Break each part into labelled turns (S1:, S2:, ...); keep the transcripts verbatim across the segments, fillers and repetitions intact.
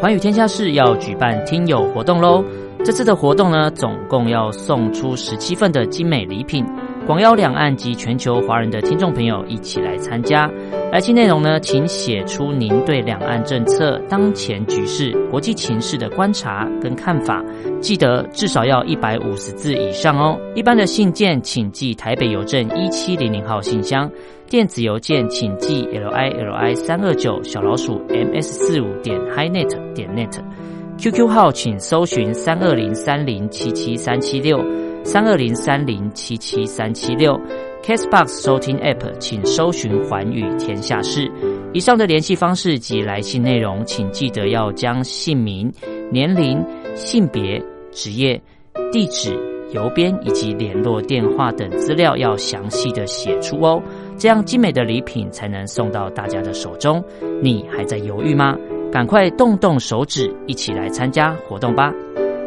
S1: 寰宇天下室要举办听友活动咯，这次的活动呢，总共要送出十七份的精美礼品，广邀两岸及全球华人的听众朋友一起来参加。来信内容呢，请写出您对两岸政策、当前局势、国际情势的观察跟看法，记得至少要一百五十字以上哦。一般的信件请寄台北邮政一七零零号信箱，电子邮件请寄 l i l i 三二九小老鼠 m s 四五 点 highnet 点 net，Q Q 号请搜寻三二零三零七七三七六 三二零三零七七三七六 Castbox 收听 App 请搜寻寰宇天下事。以上的联系方式及来信内容，请记得要将姓名、年龄、性别、职业、地址、邮编以及联络电话等资料要详细的写出哦，这样精美的礼品才能送到大家的手中。你还在犹豫吗？赶快动动手指，一起来参加活动吧！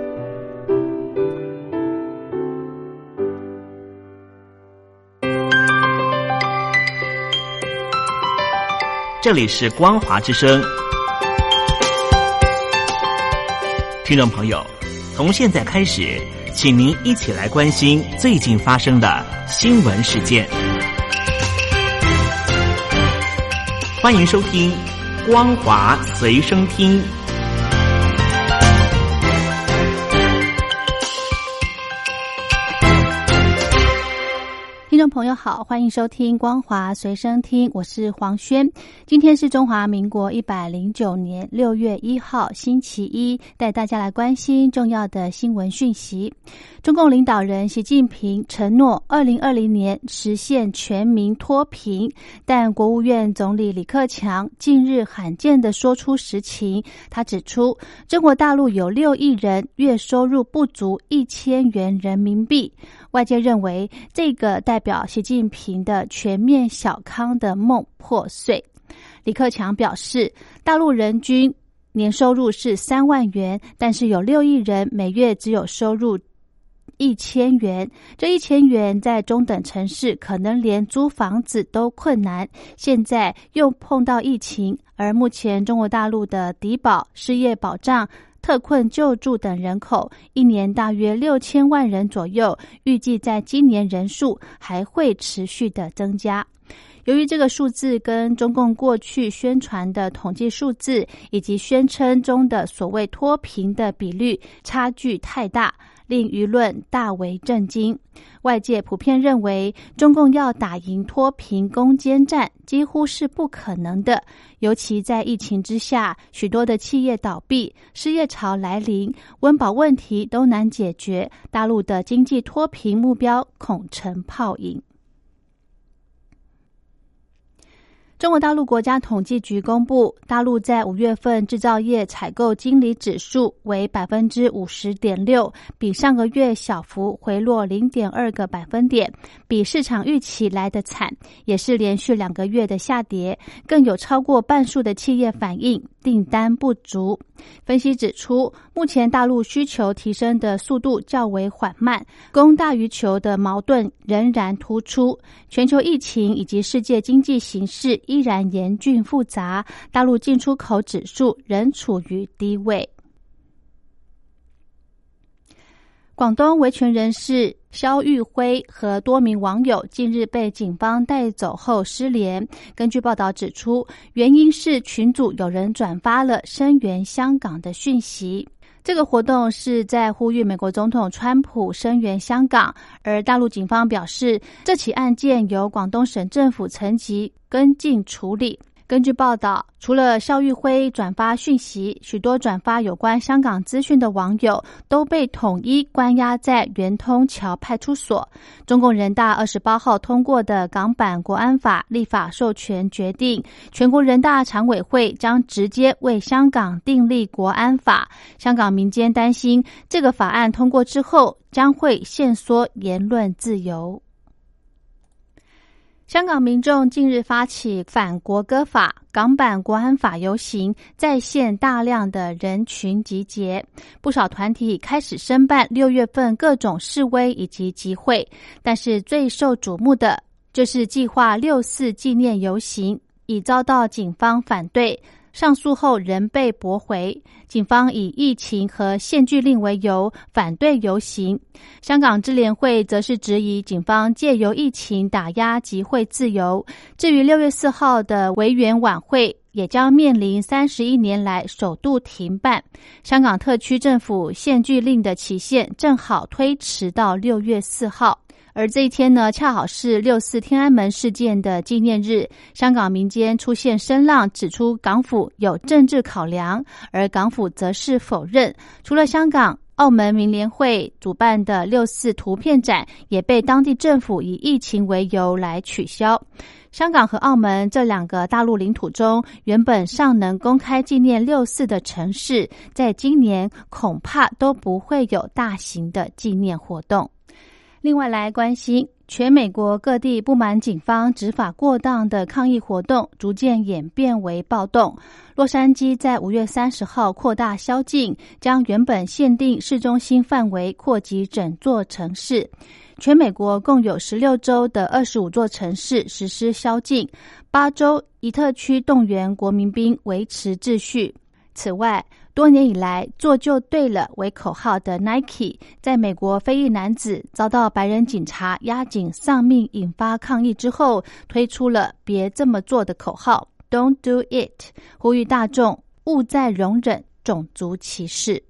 S2: 这里是光华之声，听众朋友，从现在开始，请您一起来关心最近发生的新闻事件。欢迎收听光华随声听。
S3: 听众朋友好，欢迎收听光华随声听，我是黄轩。今天是中华民国一百零九年六月一号星期一，带大家来关心重要的新闻讯息。中共领导人习近平承诺二零二零年实现全民脱贫，但国务院总理李克强近日罕见地说出实情。他指出，中国大陆有六亿人月收入不足一千元人民币，外界认为这个代表习近平的全面小康的梦破碎。李克强表示，大陆人均年收入是三万元，但是有六亿人每月只有收入一千元，这一千元在中等城市可能连租房子都困难，现在又碰到疫情，而目前中国大陆的低保、失业保障、特困救助等人口一年大约六千万人左右，预计在今年人数还会持续的增加。由于这个数字跟中共过去宣传的统计数字以及宣称中的所谓脱贫的比率差距太大，令舆论大为震惊。外界普遍认为，中共要打赢脱贫攻坚战几乎是不可能的，尤其在疫情之下，许多的企业倒闭，失业潮来临，温饱问题都难解决，大陆的经济脱贫目标恐成泡影。中国大陆国家统计局公布，大陆在五月份制造业采购经理指数为 百分之五十点六， 比上个月小幅回落 零点二个百分点，比市场预期来得惨，也是连续两个月的下跌，更有超过半数的企业反映订单不足。分析指出，目前大陆需求提升的速度较为缓慢，供大于求的矛盾仍然突出，全球疫情以及世界经济形势依然严峻复杂，大陆进出口指数仍处于低位。广东维权人士肖玉辉和多名网友近日被警方带走后失联。根据报道指出，原因是群组有人转发了声援香港的讯息。这个活动是在呼吁美国总统川普声援香港，而大陆警方表示，这起案件由广东省政府层级跟进处理。根据报道，除了肖玉辉转发讯息，许多转发有关香港资讯的网友都被统一关押在圆通桥派出所。中共人大二十八号通过的港版国安法立法授权决定，全国人大常委会将直接为香港订立国安法。香港民间担心，这个法案通过之后将会限缩言论自由。香港民众近日发起反国歌法、港版国安法游行，再现大量的人群集结，不少团体开始申办六月份各种示威以及集会，但是最受瞩目的就是计划六四纪念游行，已遭到警方反对。 上诉后仍被驳回，警方以疫情和限聚令为由反对游行。香港支联会则是质疑警方借由疫情打压集会自由。至于六月四号的维园晚会，也将面临三十一年来首度停办。香港特区政府限聚令的期限正好推迟到六月四号。而这一天呢，恰好是六四天安门事件的纪念日，香港民间出现声浪，指出港府有政治考量，而港府则是否认。除了香港，澳门民联会主办的六四图片展也被当地政府以疫情为由来取消。香港和澳门这两个大陆领土中原本尚能公开纪念六四的城市，在今年恐怕都不会有大型的纪念活动。另外来关心，全美国各地不满警方执法过当的抗议活动逐渐演变为暴动。洛杉矶在五月三十号扩大宵禁，将原本限定市中心范围扩及整座城市。全美国共有十六州的二十五座城市实施宵禁，八州一特区动员国民兵维持秩序。此外，多年以来做就对了为口号的 Nike 在美国非裔男子遭到白人警察压颈丧命引发抗议之后，推出了别这么做的口号 Don't do it， 呼吁大众勿再容忍种族歧视。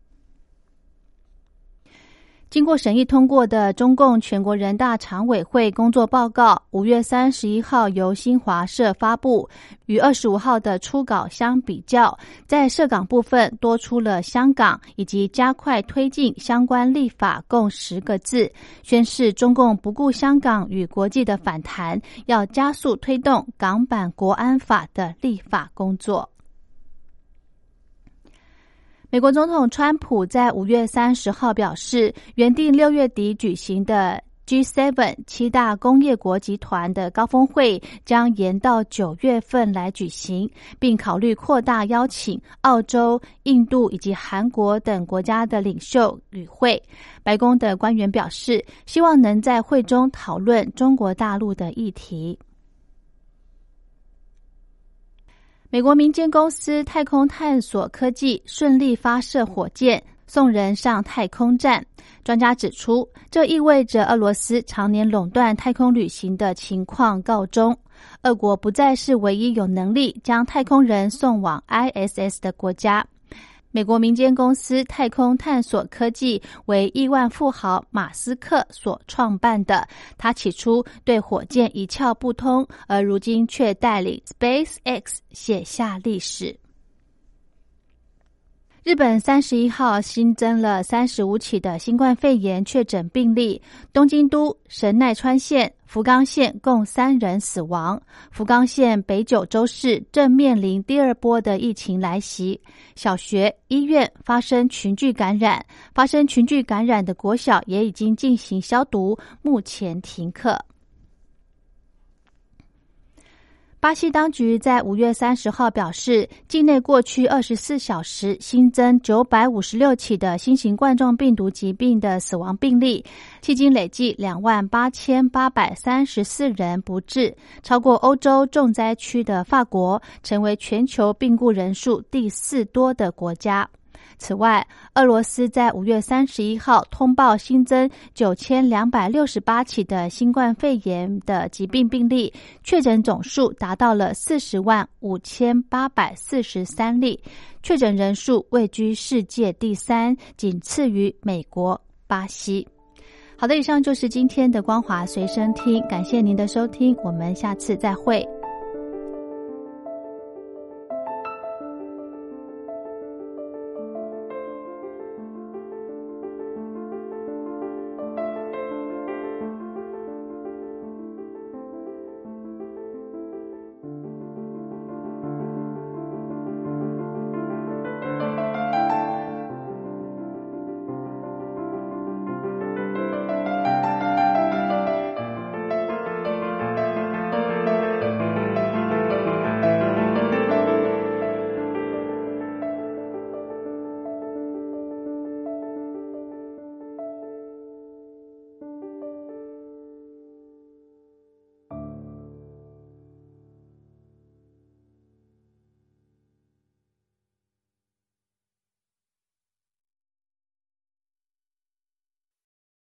S3: 经过审议通过的中共全国人大常委会工作报告，五月三十一号由新华社发布，与二十五号的初稿相比较，在涉港部分多出了香港以及加快推进相关立法共十个字，宣示中共不顾香港与国际的反弹，要加速推动港版国安法的立法工作。美国总统川普在五月三十号表示，原定六月底举行的 G 七 七大工业国集团的高峰会将延到九月份来举行，并考虑扩大邀请澳洲、印度以及韩国等国家的领袖与会。白宫的官员表示，希望能在会中讨论中国大陆的议题。美国民间公司太空探索科技顺利发射火箭，送人上太空站。专家指出，这意味着俄罗斯常年垄断太空旅行的情况告终，俄国不再是唯一有能力将太空人送往 I S S 的国家。美国民间公司太空探索科技为亿万富豪马斯克所创办的，他起初对火箭一窍不通，而如今却带领 SpaceX 写下历史。日本三十一号新增了三十五起的新冠肺炎确诊病例，东京都、神奈川县、福冈县共三人死亡。福冈县北九州市正面临第二波的疫情来袭，小学、医院发生群聚感染，发生群聚感染的国小也已经进行消毒，目前停课。巴西当局在五月三十号表示，境内过去二十四小时新增九百五十六起的新型冠状病毒疾病的死亡病例，迄今累计两万八千八百三十四人不治，超过欧洲重灾区的法国，成为全球病故人数第四多的国家。此外，俄罗斯在五月三十一号通报新增九千两百六十八起的新冠肺炎的疾病病例，确诊总数达到了四十万五千八百四十三例，确诊人数位居世界第三，仅次于美国、巴西。好的，以上就是今天的光华随身听，感谢您的收听，我们下次再会。